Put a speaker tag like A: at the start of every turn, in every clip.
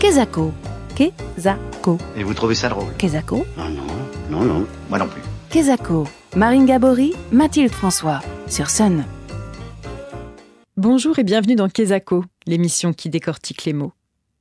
A: Kezako. Kezako.
B: Et vous trouvez ça drôle?
A: Kezako.
B: Non, moi non plus.
A: Kezako. Marine Gabory, Mathilde François, sur Sun.
C: Bonjour et bienvenue dans Kezako, l'émission qui décortique les mots.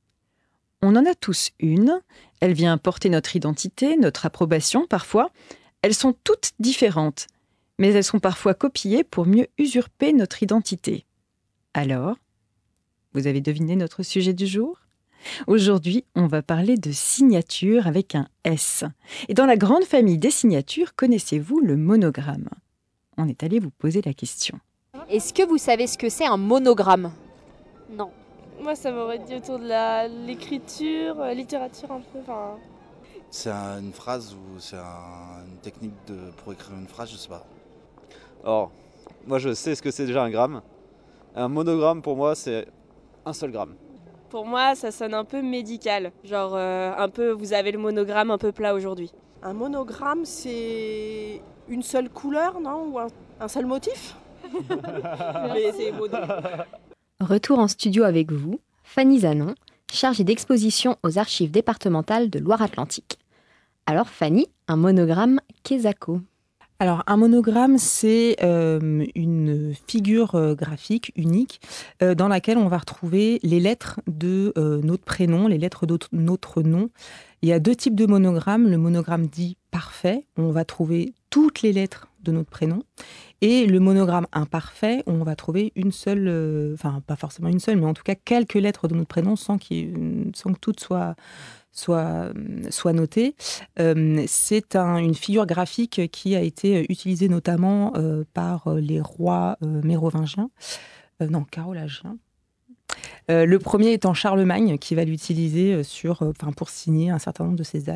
C: On en a tous une, elle vient porter notre identité, notre approbation parfois. Elles sont toutes différentes, mais elles sont parfois copiées pour mieux usurper notre identité. Alors, vous avez deviné notre sujet du jour ? Aujourd'hui, on va parler de signature avec un S. Et dans la grande famille des signatures, connaissez-vous le monogramme ? On est allé vous poser la question.
D: Est-ce que vous savez ce que c'est un monogramme ?
E: Non. Moi, ça m'aurait dit autour de l'écriture, littérature un peu. Enfin...
F: C'est une phrase ou c'est une technique pour écrire une phrase, je sais pas.
G: Alors, moi je sais ce que c'est déjà un gramme. Un monogramme pour moi c'est un seul gramme.
E: Pour moi, ça sonne un peu médical. Genre un peu, vous avez le monogramme un peu plat aujourd'hui.
H: Un monogramme, c'est une seule couleur, non ? Ou un seul motif ? Mais c'est mono.
D: Retour en studio avec vous, Fanny Zanon, chargée d'exposition aux archives départementales de Loire-Atlantique. Alors Fanny, un monogramme, Kezako.
I: Alors, un monogramme, c'est une figure graphique unique dans laquelle on va retrouver les lettres de notre prénom, les lettres de notre nom. Il y a deux types de monogrammes. Le monogramme dit parfait, où on va trouver toutes les lettres de notre prénom. Et le monogramme imparfait, où on va trouver une seule, enfin pas forcément une seule, mais en tout cas quelques lettres de notre prénom sans que toutes soient notées. C'est une figure graphique qui a été utilisée notamment par les rois mérovingiens, carolingiens. Le premier étant Charlemagne, qui va l'utiliser pour signer un certain nombre de ses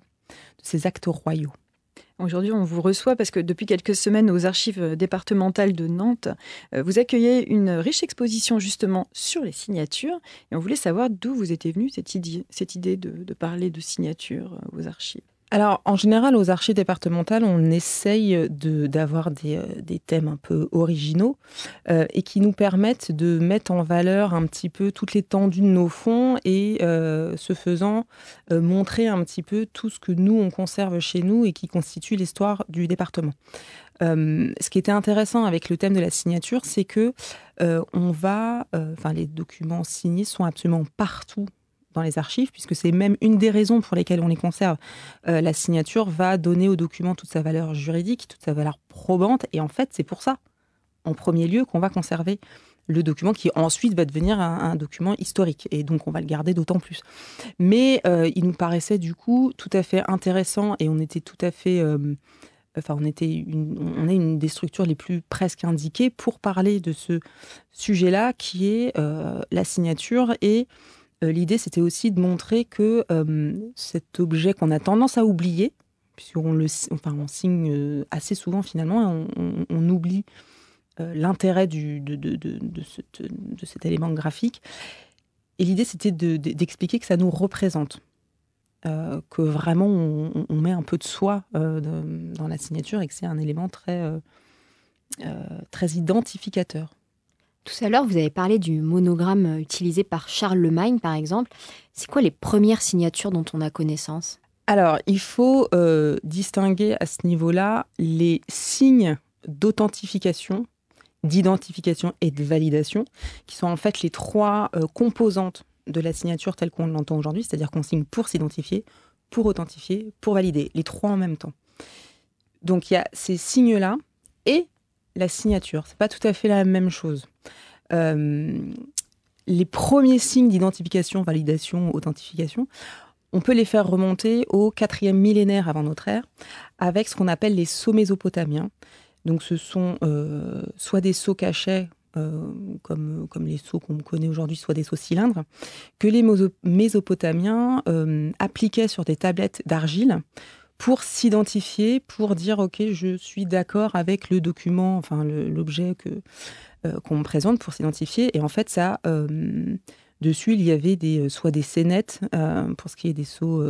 I: actes royaux.
C: Aujourd'hui, on vous reçoit parce que depuis quelques semaines, aux archives départementales de Nantes, vous accueillez une riche exposition justement sur les signatures. Et on voulait savoir d'où vous était venue cette idée de parler de signatures aux archives.
I: Alors, en général, aux archives départementales, on essaye d'avoir des thèmes un peu originaux et qui nous permettent de mettre en valeur un petit peu toute l'étendue de nos fonds et, ce faisant, montrer un petit peu tout ce que nous, on conserve chez nous et qui constitue l'histoire du département. Ce qui était intéressant avec le thème de la signature, c'est que les documents signés sont absolument partout dans les archives, puisque c'est même une des raisons pour lesquelles on les conserve. La signature va donner au document toute sa valeur juridique, toute sa valeur probante, et en fait, c'est pour ça, en premier lieu, qu'on va conserver le document qui ensuite va devenir un document historique, et donc on va le garder d'autant plus. Mais il nous paraissait du coup tout à fait intéressant, et on était tout à fait... on est une des structures les plus presque indiquées pour parler de ce sujet-là, qui est la signature, et l'idée, c'était aussi de montrer que cet objet qu'on a tendance à oublier, puisqu'on signe assez souvent finalement, on oublie l'intérêt de cet élément graphique. Et l'idée, c'était d'expliquer que ça nous représente, que vraiment on met un peu de soi dans la signature et que c'est un élément très identificateur.
D: Tout à l'heure, vous avez parlé du monogramme utilisé par Charlemagne, par exemple. C'est quoi les premières signatures dont on a connaissance ?
I: Alors, il faut distinguer à ce niveau-là les signes d'authentification, d'identification et de validation, qui sont en fait les trois composantes de la signature telle qu'on l'entend aujourd'hui, c'est-à-dire qu'on signe pour s'identifier, pour authentifier, pour valider, les trois en même temps. Donc, il y a ces signes-là et la signature. C'est pas tout à fait la même chose. Les premiers signes d'identification, validation, authentification, on peut les faire remonter au 4e millénaire avant notre ère, avec ce qu'on appelle les sceaux mésopotamiens. Donc ce sont soit des sceaux cachets, comme les sceaux qu'on connaît aujourd'hui, soit des sceaux cylindres, que les Mésopotamiens appliquaient sur des tablettes d'argile pour s'identifier, pour dire « Ok, je suis d'accord avec le document, enfin l'objet qu'on me présente » pour s'identifier. Et en fait, ça Dessus, il y avait soit des scénettes, pour ce qui est des seaux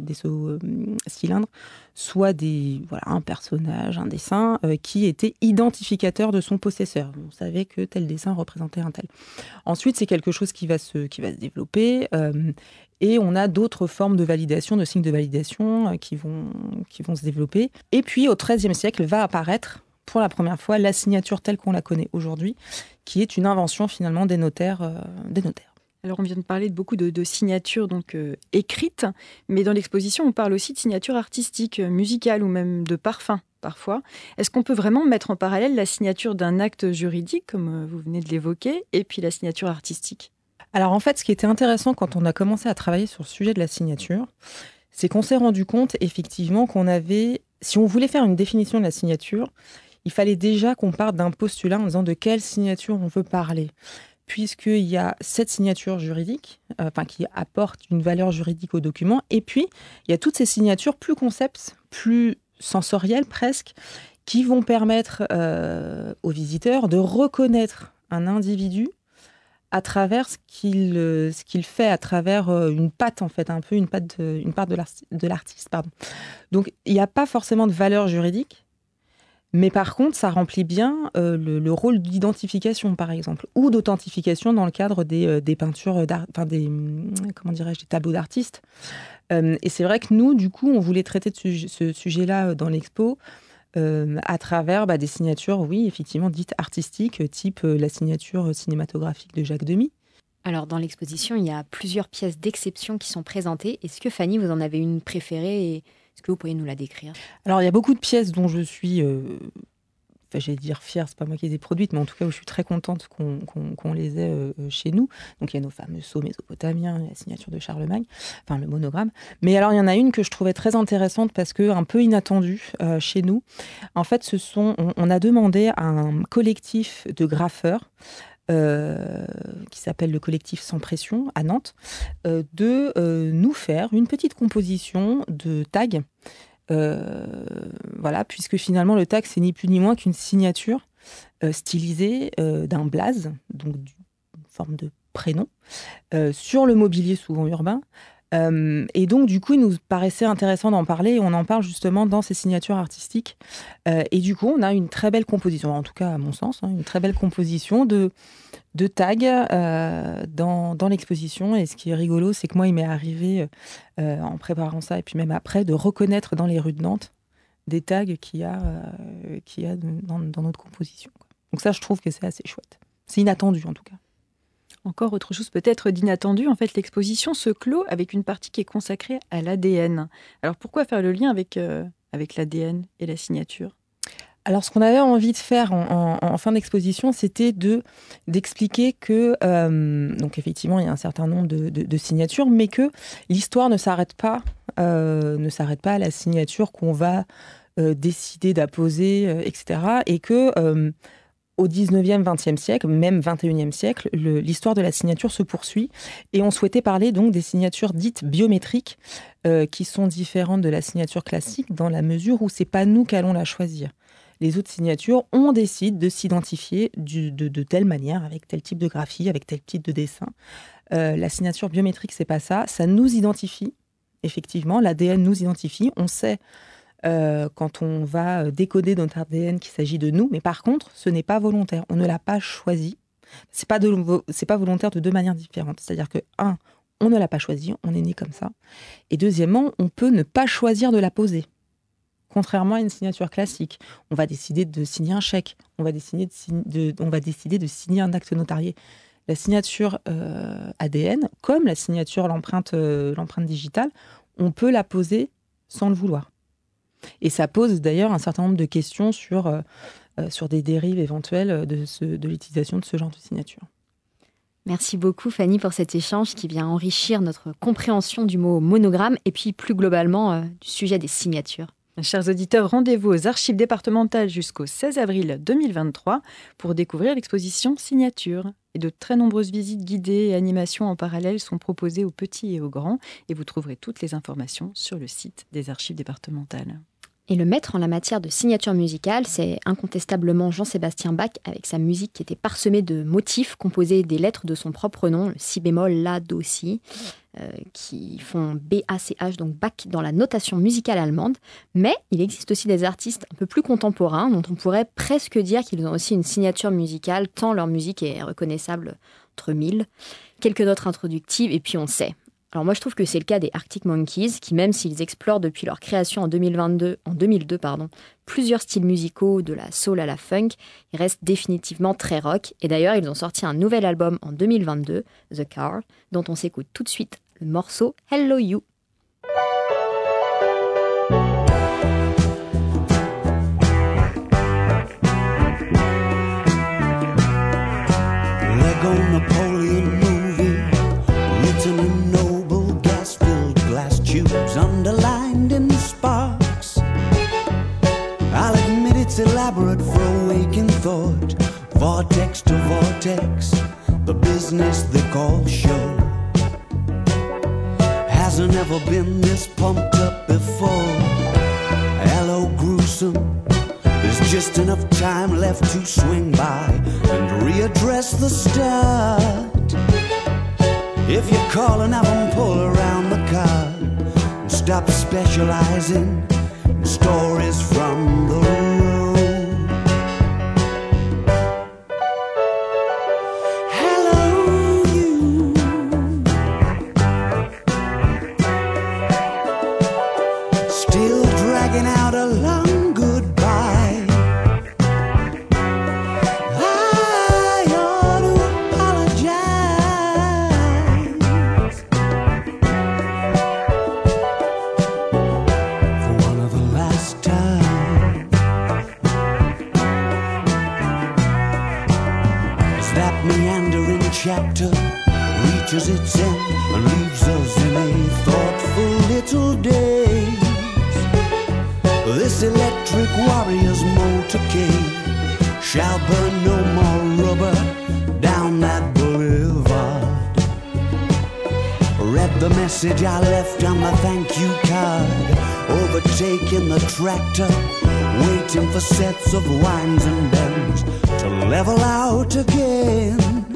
I: cylindres, soit un personnage, un dessin, qui était identificateur de son possesseur. On savait que tel dessin représentait un tel. Ensuite, c'est quelque chose qui va se développer, et on a d'autres formes de validation, de signes de validation qui vont se développer. Et puis, au XIIIe siècle, va apparaître pour la première fois la signature telle qu'on la connaît aujourd'hui, qui est une invention finalement des notaires.
C: Alors on vient de parler de beaucoup de signatures écrites, mais dans l'exposition on parle aussi de signatures artistiques, musicales ou même de parfums parfois. Est-ce qu'on peut vraiment mettre en parallèle la signature d'un acte juridique, comme vous venez de l'évoquer, et puis la signature artistique ?
I: Alors en fait, ce qui était intéressant quand on a commencé à travailler sur le sujet de la signature, c'est qu'on s'est rendu compte effectivement si on voulait faire une définition de la signature, il fallait déjà qu'on parte d'un postulat en disant de quelle signature on veut parler. Puisqu'il y a cette signature juridique, qui apporte une valeur juridique au document, et puis il y a toutes ces signatures plus concepts, plus sensorielles presque, qui vont permettre aux visiteurs de reconnaître un individu à travers ce qu'il fait, à travers une patte en fait, un peu une patte de l'artiste. Pardon. Donc il n'y a pas forcément de valeur juridique, mais par contre, ça remplit bien le rôle d'identification, par exemple, ou d'authentification dans le cadre des peintures, des tableaux d'artistes. Et c'est vrai que nous, du coup, on voulait traiter de ce sujet-là dans l'expo à travers des signatures, oui, effectivement, dites artistiques, type la signature cinématographique de Jacques Demy.
D: Alors, dans l'exposition, il y a plusieurs pièces d'exception qui sont présentées. Est-ce que, Fanny, vous en avez une préférée et est-ce que vous pourriez nous la décrire ?
I: Alors, il y a beaucoup de pièces dont je suis, j'allais dire fière, c'est pas moi qui les ai produites, mais en tout cas, où je suis très contente qu'on les ait chez nous. Donc, il y a nos fameux sceaux mésopotamiens, la signature de Charlemagne, le monogramme. Mais alors, il y en a une que je trouvais très intéressante parce que un peu inattendue chez nous. En fait, on a demandé à un collectif de graffeurs qui s'appelle le collectif Sans Pression à Nantes, de nous faire une petite composition de tags. Puisque finalement le tag c'est ni plus ni moins qu'une signature stylisée d'un blaze, donc une forme de prénom, sur le mobilier souvent urbain. Et donc, du coup, il nous paraissait intéressant d'en parler. Et on en parle justement dans ces signatures artistiques. Et du coup, on a une très belle composition, en tout cas à mon sens, une très belle composition de tags dans l'exposition. Et ce qui est rigolo, c'est que moi, il m'est arrivé, en préparant ça, et puis même après, de reconnaître dans les rues de Nantes des tags qu'il y a dans notre composition. Donc ça, je trouve que c'est assez chouette. C'est inattendu, en tout cas.
C: Encore autre chose peut-être d'inattendu, en fait l'exposition se clôt avec une partie qui est consacrée à l'ADN. Alors pourquoi faire le lien avec l'ADN et la signature ?
I: Alors ce qu'on avait envie de faire en fin d'exposition, c'était d'expliquer que, donc effectivement il y a un certain nombre de signatures, mais que l'histoire ne s'arrête pas à la signature qu'on va décider d'apposer, etc. Et que au 19e, 20e siècle, même 21e siècle, l'histoire de la signature se poursuit. Et on souhaitait parler donc des signatures dites biométriques qui sont différentes de la signature classique dans la mesure où c'est pas nous qu'allons la choisir. Les autres signatures, on décide de s'identifier de telle manière, avec tel type de graphie, avec tel type de dessin. La signature biométrique, c'est pas ça. Ça nous identifie, effectivement. L'ADN nous identifie. On sait quand on va décoder notre ADN qu'il s'agit de nous, mais par contre, ce n'est pas volontaire. On ne l'a pas choisi. C'est pas volontaire de deux manières différentes. C'est-à-dire que, on ne l'a pas choisi, on est né comme ça. Et deuxièmement, on peut ne pas choisir de la poser. Contrairement à une signature classique, on va décider de signer un chèque, on va décider de signer un acte notarié. La signature ADN, comme la signature, l'empreinte digitale, on peut la poser sans le vouloir. Et ça pose d'ailleurs un certain nombre de questions sur des dérives éventuelles de l'utilisation de ce genre de signature.
D: Merci beaucoup Fanny pour cet échange qui vient enrichir notre compréhension du mot monogramme et puis plus globalement du sujet des signatures.
C: Chers auditeurs, rendez-vous aux archives départementales jusqu'au 16 avril 2023 pour découvrir l'exposition Signature. Et de très nombreuses visites guidées et animations en parallèle sont proposées aux petits et aux grands. Et vous trouverez toutes les informations sur le site des archives départementales.
D: Et le maître en la matière de signature musicale, c'est incontestablement Jean-Sébastien Bach, avec sa musique qui était parsemée de motifs composés des lettres de son propre nom, le si bémol, la, do, si, qui font B-A-C-H, donc Bach dans la notation musicale allemande. Mais il existe aussi des artistes un peu plus contemporains, dont on pourrait presque dire qu'ils ont aussi une signature musicale, tant leur musique est reconnaissable entre mille. Quelques notes introductives, et puis on sait. Alors moi, je trouve que c'est le cas des Arctic Monkeys, qui même s'ils explorent depuis leur création en 2002, plusieurs styles musicaux, de la soul à la funk, ils restent définitivement très rock. Et d'ailleurs, ils ont sorti un nouvel album en 2022, The Car, dont on s'écoute tout de suite le morceau Hello You.
J: Lego Napoleon movie, written in noble gas-filled glass tubes, underlined in sparks. I'll admit it's elaborate for a waking thought, vortex to vortex, the business they call show. Hasn't ever been this pumped up before. Hello, gruesome. There's just enough time left to swing by and readdress the start. If you're calling, have them pull around the car and stop specializing in stories from the road. Hello, you. Still dragging out a long goodbye. Chapter reaches its end and leaves us in a thoughtful little daze. This electric warrior's motorcade shall burn no more rubber down that boulevard. Read the message I left on the thank you card, overtaking the tractor, waiting for sets of winds and bends to level out again.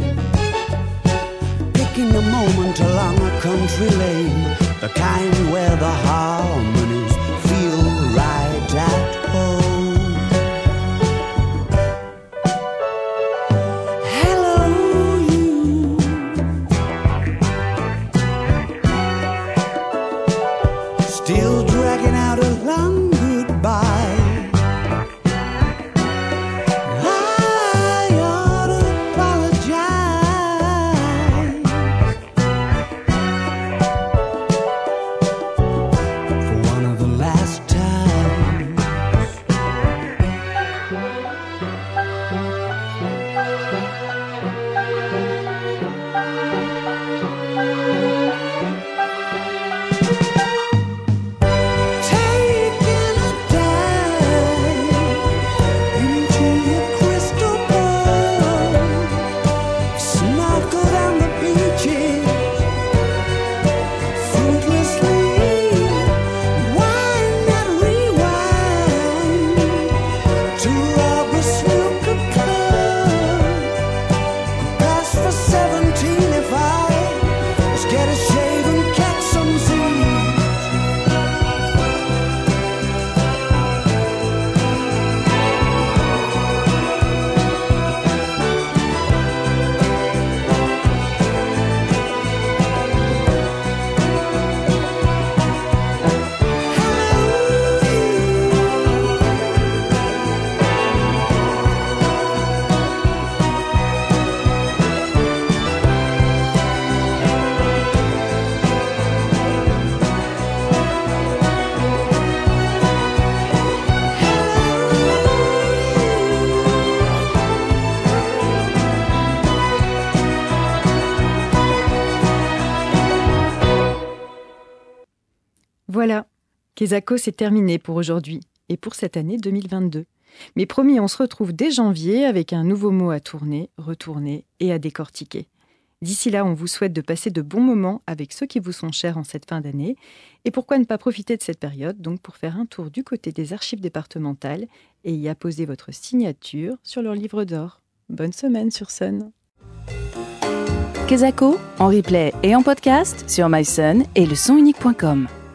J: Picking a moment along a country lane, the kind where the harmonies feel right at home. Hello, you. Still dragging out a long goodbye.
C: Voilà, Kezako, c'est terminé pour aujourd'hui et pour cette année 2022. Mais promis, on se retrouve dès janvier avec un nouveau mot à tourner, retourner et à décortiquer. D'ici là, on vous souhaite de passer de bons moments avec ceux qui vous sont chers en cette fin d'année. Et pourquoi ne pas profiter de cette période donc pour faire un tour du côté des archives départementales et y apposer votre signature sur leur livre d'or. Bonne semaine sur Sun.
A: Kesako, en replay et en podcast sur mysun et lesonunique.com.